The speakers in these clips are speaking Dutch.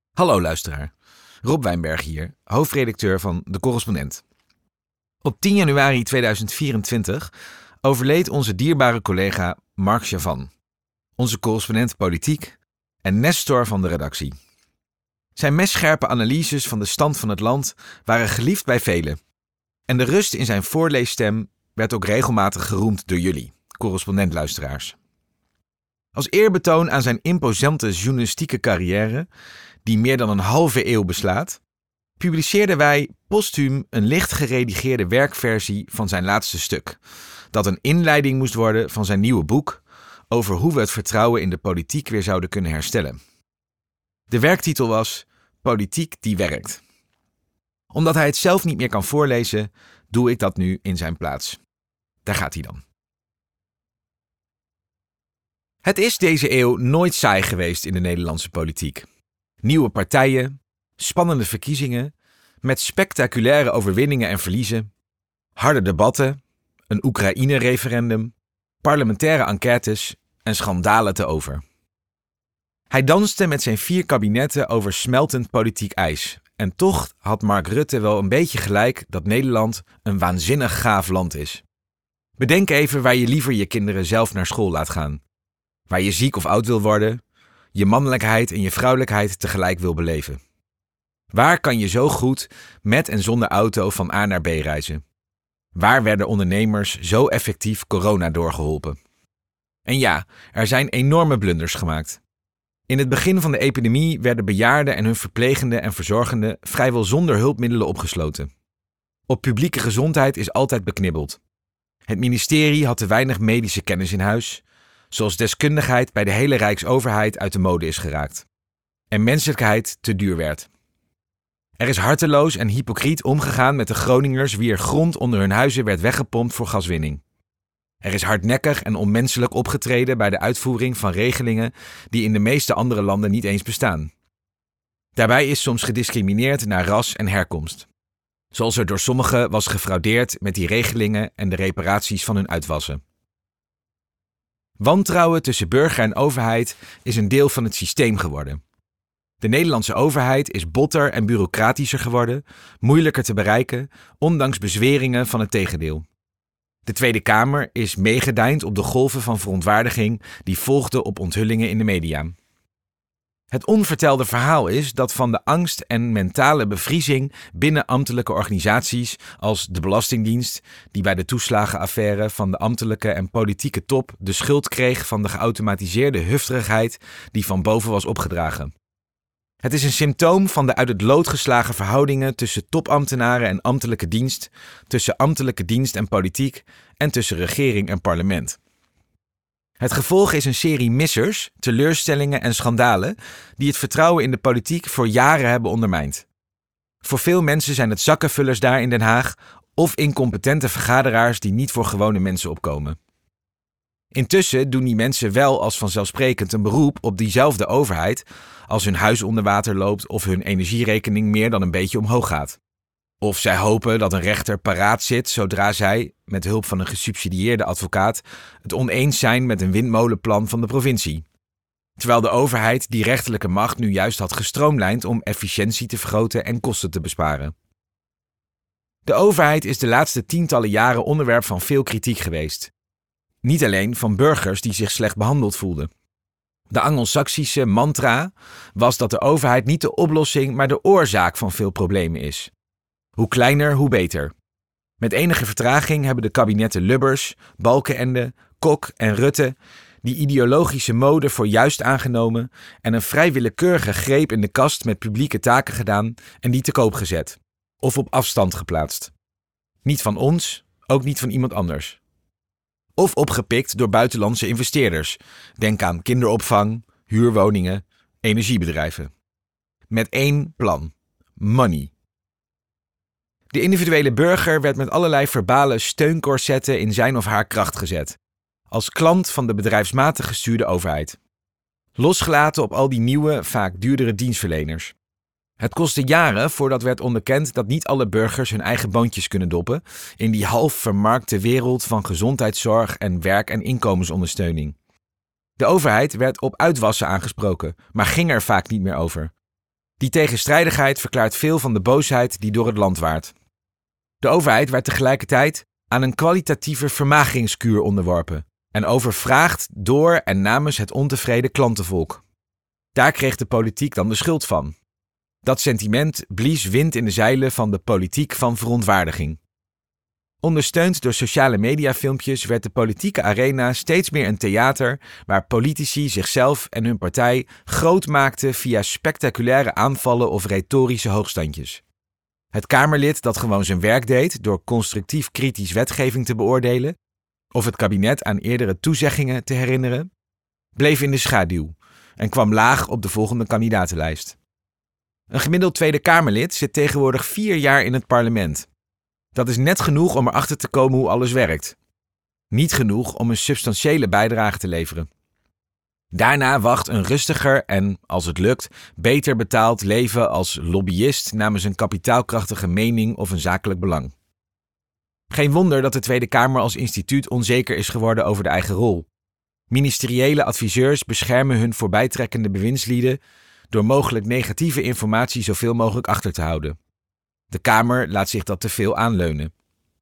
Hallo luisteraar, Rob Wijnberg hier, hoofdredacteur van De Correspondent. Op 10 januari 2024 overleed onze dierbare collega Mark Chavan, onze correspondent politiek en nestor van de redactie. Zijn messcherpe analyses van de stand van het land waren geliefd bij velen. En de rust in zijn voorleesstem werd ook regelmatig geroemd door jullie, correspondentluisteraars. Als eerbetoon aan zijn imposante journalistieke carrière, die meer dan een halve eeuw beslaat, publiceerden wij postuum een licht geredigeerde werkversie van zijn laatste stuk, dat een inleiding moest worden van zijn nieuwe boek over hoe we het vertrouwen in de politiek weer zouden kunnen herstellen. De werktitel was Politiek die werkt. Omdat hij het zelf niet meer kan voorlezen, doe ik dat nu in zijn plaats. Daar gaat hij dan. Het is deze eeuw nooit saai geweest in de Nederlandse politiek. Nieuwe partijen, spannende verkiezingen, met spectaculaire overwinningen en verliezen, harde debatten, een Oekraïne-referendum, parlementaire enquêtes en schandalen te over. Hij danste met zijn 4 kabinetten over smeltend politiek ijs. En toch had Mark Rutte wel een beetje gelijk dat Nederland een waanzinnig gaaf land is. Bedenk even waar je liever je kinderen zelf naar school laat gaan. Waar je ziek of oud wil worden, je mannelijkheid en je vrouwelijkheid tegelijk wil beleven. Waar kan je zo goed met en zonder auto van A naar B reizen? Waar werden ondernemers zo effectief corona doorgeholpen? En ja, er zijn enorme blunders gemaakt. In het begin van de epidemie werden bejaarden en hun verplegenden en verzorgenden vrijwel zonder hulpmiddelen opgesloten. Op publieke gezondheid is altijd beknibbeld. Het ministerie had te weinig medische kennis in huis, zoals deskundigheid bij de hele Rijksoverheid uit de mode is geraakt. En menselijkheid te duur werd. Er is harteloos en hypocriet omgegaan met de Groningers wie er grond onder hun huizen werd weggepompt voor gaswinning. Er is hardnekkig en onmenselijk opgetreden bij de uitvoering van regelingen die in de meeste andere landen niet eens bestaan. Daarbij is soms gediscrimineerd naar ras en herkomst. Zoals er door sommigen was gefraudeerd met die regelingen en de reparaties van hun uitwassen. Wantrouwen tussen burger en overheid is een deel van het systeem geworden. De Nederlandse overheid is botter en bureaucratischer geworden, moeilijker te bereiken, ondanks bezweringen van het tegendeel. De Tweede Kamer is meegedeind op de golven van verontwaardiging die volgden op onthullingen in de media. Het onvertelde verhaal is dat van de angst en mentale bevriezing binnen ambtelijke organisaties als de Belastingdienst, die bij de toeslagenaffaire van de ambtelijke en politieke top de schuld kreeg van de geautomatiseerde hufterigheid die van boven was opgedragen. Het is een symptoom van de uit het lood geslagen verhoudingen tussen topambtenaren en ambtelijke dienst, tussen ambtelijke dienst en politiek en tussen regering en parlement. Het gevolg is een serie missers, teleurstellingen en schandalen die het vertrouwen in de politiek voor jaren hebben ondermijnd. Voor veel mensen zijn het zakkenvullers daar in Den Haag of incompetente vergaderaars die niet voor gewone mensen opkomen. Intussen doen die mensen wel als vanzelfsprekend een beroep op diezelfde overheid als hun huis onder water loopt of hun energierekening meer dan een beetje omhoog gaat. Of zij hopen dat een rechter paraat zit zodra zij, met hulp van een gesubsidieerde advocaat, het oneens zijn met een windmolenplan van de provincie. Terwijl de overheid die rechterlijke macht nu juist had gestroomlijnd om efficiëntie te vergroten en kosten te besparen. De overheid is de laatste tientallen jaren onderwerp van veel kritiek geweest. Niet alleen van burgers die zich slecht behandeld voelden. De Angelsaksische mantra was dat de overheid niet de oplossing, maar de oorzaak van veel problemen is. Hoe kleiner, hoe beter. Met enige vertraging hebben de kabinetten Lubbers, Balkenende, Kok en Rutte die ideologische mode voor juist aangenomen en een vrij willekeurige greep in de kast met publieke taken gedaan en die te koop gezet. Of op afstand geplaatst. Niet van ons, ook niet van iemand anders. Of opgepikt door buitenlandse investeerders. Denk aan kinderopvang, huurwoningen, energiebedrijven. Met één plan: money. De individuele burger werd met allerlei verbale steuncorsetten in zijn of haar kracht gezet. Als klant van de bedrijfsmatig gestuurde overheid. Losgelaten op al die nieuwe, vaak duurdere dienstverleners. Het kostte jaren voordat werd onderkend dat niet alle burgers hun eigen boontjes kunnen doppen in die half vermarkte wereld van gezondheidszorg en werk- en inkomensondersteuning. De overheid werd op uitwassen aangesproken, maar ging er vaak niet meer over. Die tegenstrijdigheid verklaart veel van de boosheid die door het land waart. De overheid werd tegelijkertijd aan een kwalitatieve vermageringskuur onderworpen en overvraagd door en namens het ontevreden klantenvolk. Daar kreeg de politiek dan de schuld van. Dat sentiment blies wind in de zeilen van de politiek van verontwaardiging. Ondersteund door sociale mediafilmpjes werd de politieke arena steeds meer een theater waar politici zichzelf en hun partij groot maakten via spectaculaire aanvallen of retorische hoogstandjes. Het Kamerlid dat gewoon zijn werk deed door constructief kritisch wetgeving te beoordelen, of het kabinet aan eerdere toezeggingen te herinneren, bleef in de schaduw en kwam laag op de volgende kandidatenlijst. Een gemiddeld Tweede Kamerlid zit tegenwoordig 4 jaar in het parlement. Dat is net genoeg om erachter te komen hoe alles werkt. Niet genoeg om een substantiële bijdrage te leveren. Daarna wacht een rustiger en, als het lukt, beter betaald leven als lobbyist namens een kapitaalkrachtige mening of een zakelijk belang. Geen wonder dat de Tweede Kamer als instituut onzeker is geworden over de eigen rol. Ministeriële adviseurs beschermen hun voorbijtrekkende bewindslieden door mogelijk negatieve informatie zoveel mogelijk achter te houden. De Kamer laat zich dat te veel aanleunen.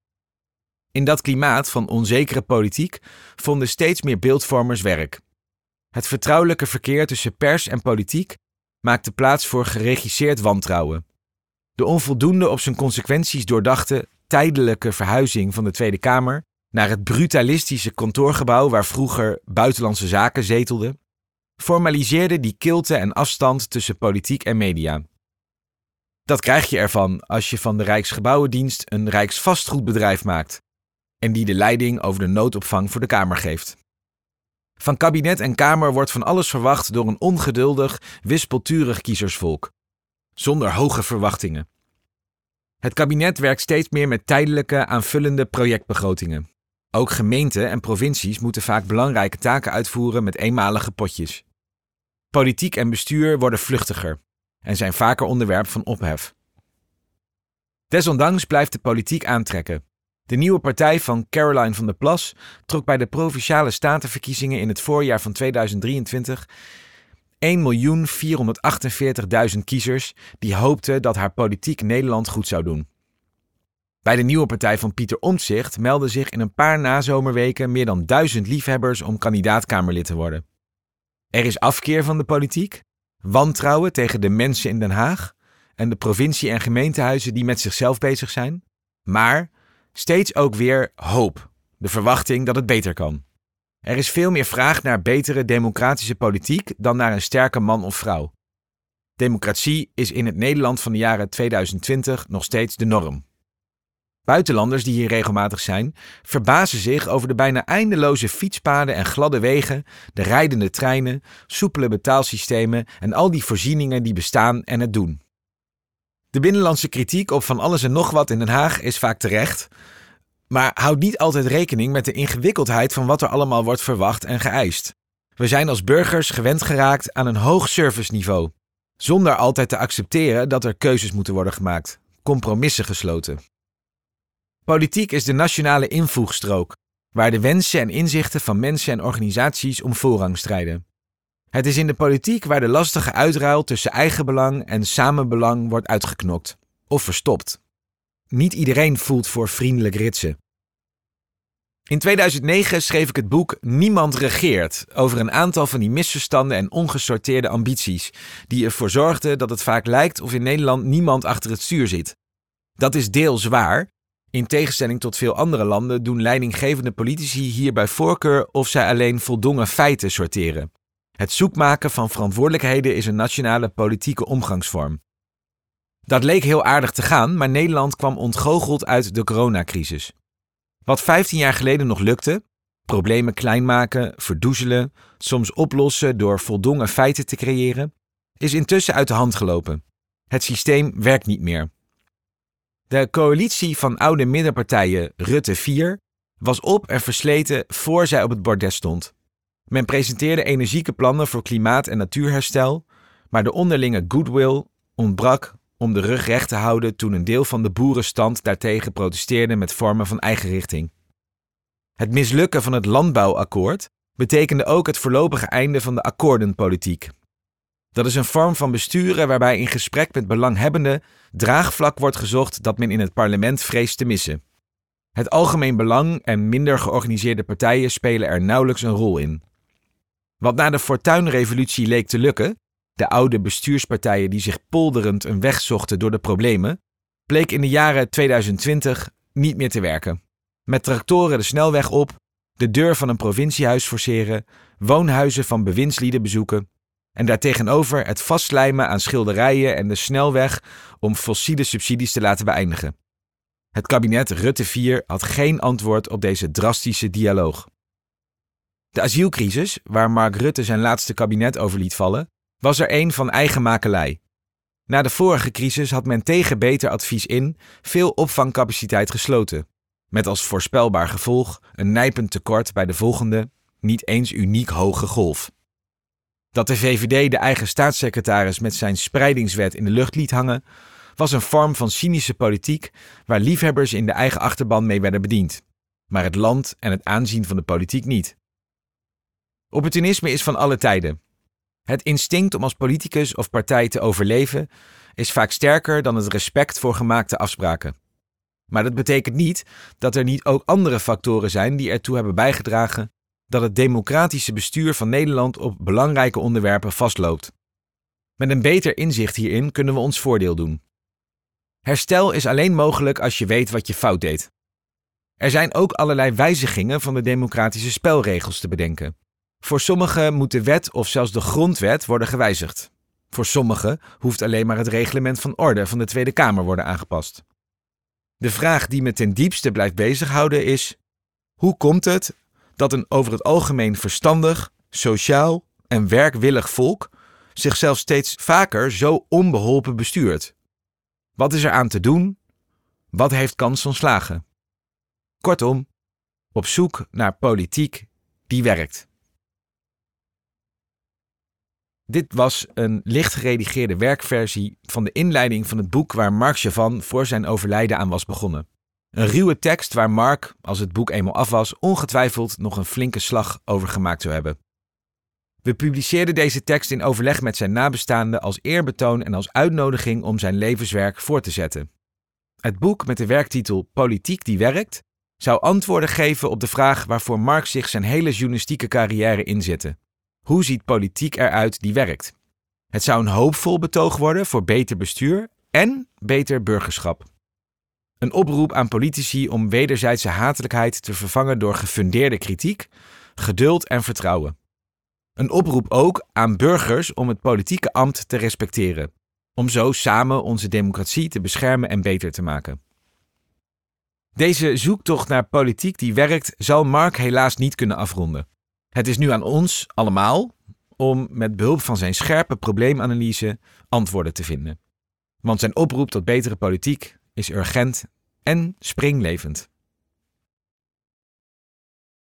In dat klimaat van onzekere politiek vonden steeds meer beeldvormers werk. Het vertrouwelijke verkeer tussen pers en politiek maakte plaats voor geregisseerd wantrouwen. De onvoldoende op zijn consequenties doordachte tijdelijke verhuizing van de Tweede Kamer naar het brutalistische kantoorgebouw waar vroeger buitenlandse zaken zetelden, formaliseerde die kilte en afstand tussen politiek en media. Dat krijg je ervan als je van de Rijksgebouwendienst een Rijksvastgoedbedrijf maakt en die de leiding over de noodopvang voor de Kamer geeft. Van kabinet en Kamer wordt van alles verwacht door een ongeduldig, wispelturig kiezersvolk, zonder hoge verwachtingen. Het kabinet werkt steeds meer met tijdelijke, aanvullende projectbegrotingen. Ook gemeenten en provincies moeten vaak belangrijke taken uitvoeren met eenmalige potjes. Politiek en bestuur worden vluchtiger en zijn vaker onderwerp van ophef. Desondanks blijft de politiek aantrekken. De nieuwe partij van Caroline van der Plas trok bij de Provinciale Statenverkiezingen in het voorjaar van 2023 1.448.000 kiezers die hoopten dat haar politiek Nederland goed zou doen. Bij de nieuwe partij van Pieter Omtzigt meldden zich in een paar nazomerweken meer dan 1000 liefhebbers om kandidaat-Kamerlid te worden. Er is afkeer van de politiek, wantrouwen tegen de mensen in Den Haag en de provincie- en gemeentehuizen die met zichzelf bezig zijn, maar steeds ook weer hoop, de verwachting dat het beter kan. Er is veel meer vraag naar betere democratische politiek dan naar een sterke man of vrouw. Democratie is in het Nederland van de jaren 2020 nog steeds de norm. Buitenlanders die hier regelmatig zijn, verbazen zich over de bijna eindeloze fietspaden en gladde wegen, de rijdende treinen, soepele betaalsystemen en al die voorzieningen die bestaan en het doen. De binnenlandse kritiek op van alles en nog wat in Den Haag is vaak terecht, maar houdt niet altijd rekening met de ingewikkeldheid van wat er allemaal wordt verwacht en geëist. We zijn als burgers gewend geraakt aan een hoog serviceniveau, zonder altijd te accepteren dat er keuzes moeten worden gemaakt, compromissen gesloten. Politiek is de nationale invoegstrook, waar de wensen en inzichten van mensen en organisaties om voorrang strijden. Het is in de politiek waar de lastige uitruil tussen eigenbelang en samenbelang wordt uitgeknokt of verstopt. Niet iedereen voelt voor vriendelijk ritsen. In 2009 schreef ik het boek Niemand regeert over een aantal van die misverstanden en ongesorteerde ambities die ervoor zorgden dat het vaak lijkt of in Nederland niemand achter het stuur zit. Dat is deels waar. In tegenstelling tot veel andere landen doen leidinggevende politici hier bij voorkeur of zij alleen voldongen feiten sorteren. Het zoekmaken van verantwoordelijkheden is een nationale politieke omgangsvorm. Dat leek heel aardig te gaan, maar Nederland kwam ontgoocheld uit de coronacrisis. Wat 15 jaar geleden nog lukte, problemen klein maken, verdoezelen, soms oplossen door voldongen feiten te creëren, is intussen uit de hand gelopen. Het systeem werkt niet meer. De coalitie van oude middenpartijen Rutte 4 was op en versleten voor zij op het bordes stond. Men presenteerde energieke plannen voor klimaat- en natuurherstel, maar de onderlinge goodwill ontbrak om de rug recht te houden toen een deel van de boerenstand daartegen protesteerde met vormen van eigenrichting. Het mislukken van het landbouwakkoord betekende ook het voorlopige einde van de akkoordenpolitiek. Dat is een vorm van besturen waarbij in gesprek met belanghebbenden draagvlak wordt gezocht dat men in het parlement vreest te missen. Het algemeen belang en minder georganiseerde partijen spelen er nauwelijks een rol in. Wat na de Fortuynrevolutie leek te lukken, de oude bestuurspartijen die zich polderend een weg zochten door de problemen, bleek in de jaren 2020 niet meer te werken. Met tractoren de snelweg op, de deur van een provinciehuis forceren, woonhuizen van bewindslieden bezoeken en daartegenover het vastlijmen aan schilderijen en de snelweg om fossiele subsidies te laten beëindigen. Het kabinet Rutte 4 had geen antwoord op deze drastische dialoog. De asielcrisis, waar Mark Rutte zijn laatste kabinet over liet vallen, was er een van eigen makelij. Na de vorige crisis had men tegen beter advies in veel opvangcapaciteit gesloten, met als voorspelbaar gevolg een nijpend tekort bij de volgende, niet eens uniek hoge golf. Dat de VVD de eigen staatssecretaris met zijn spreidingswet in de lucht liet hangen, was een vorm van cynische politiek waar liefhebbers in de eigen achterban mee werden bediend, maar het land en het aanzien van de politiek niet. Opportunisme is van alle tijden. Het instinct om als politicus of partij te overleven is vaak sterker dan het respect voor gemaakte afspraken. Maar dat betekent niet dat er niet ook andere factoren zijn die ertoe hebben bijgedragen dat het democratische bestuur van Nederland op belangrijke onderwerpen vastloopt. Met een beter inzicht hierin kunnen we ons voordeel doen. Herstel is alleen mogelijk als je weet wat je fout deed. Er zijn ook allerlei wijzigingen van de democratische spelregels te bedenken. Voor sommigen moet de wet of zelfs de grondwet worden gewijzigd. Voor sommigen hoeft alleen maar het reglement van orde van de Tweede Kamer worden aangepast. De vraag die me ten diepste blijft bezighouden is: hoe komt het dat een over het algemeen verstandig, sociaal en werkwillig volk zichzelf steeds vaker zo onbeholpen bestuurt? Wat is er aan te doen? Wat heeft kans van slagen? Kortom, op zoek naar politiek die werkt. Dit was een licht geredigeerde werkversie van de inleiding van het boek waar Mark Chavan voor zijn overlijden aan was begonnen. Een ruwe tekst waar Mark, als het boek eenmaal af was, ongetwijfeld nog een flinke slag over gemaakt zou hebben. We publiceerden deze tekst in overleg met zijn nabestaanden als eerbetoon en als uitnodiging om zijn levenswerk voor te zetten. Het boek met de werktitel Politiek die werkt zou antwoorden geven op de vraag waarvoor Mark zich zijn hele journalistieke carrière inzette. Hoe ziet politiek eruit die werkt? Het zou een hoopvol betoog worden voor beter bestuur en beter burgerschap. Een oproep aan politici om wederzijdse hatelijkheid te vervangen door gefundeerde kritiek, geduld en vertrouwen. Een oproep ook aan burgers om het politieke ambt te respecteren, om zo samen onze democratie te beschermen en beter te maken. Deze zoektocht naar politiek die werkt zal Mark helaas niet kunnen afronden. Het is nu aan ons allemaal om met behulp van zijn scherpe probleemanalyse antwoorden te vinden. Want zijn oproep tot betere politiek is urgent en springlevend.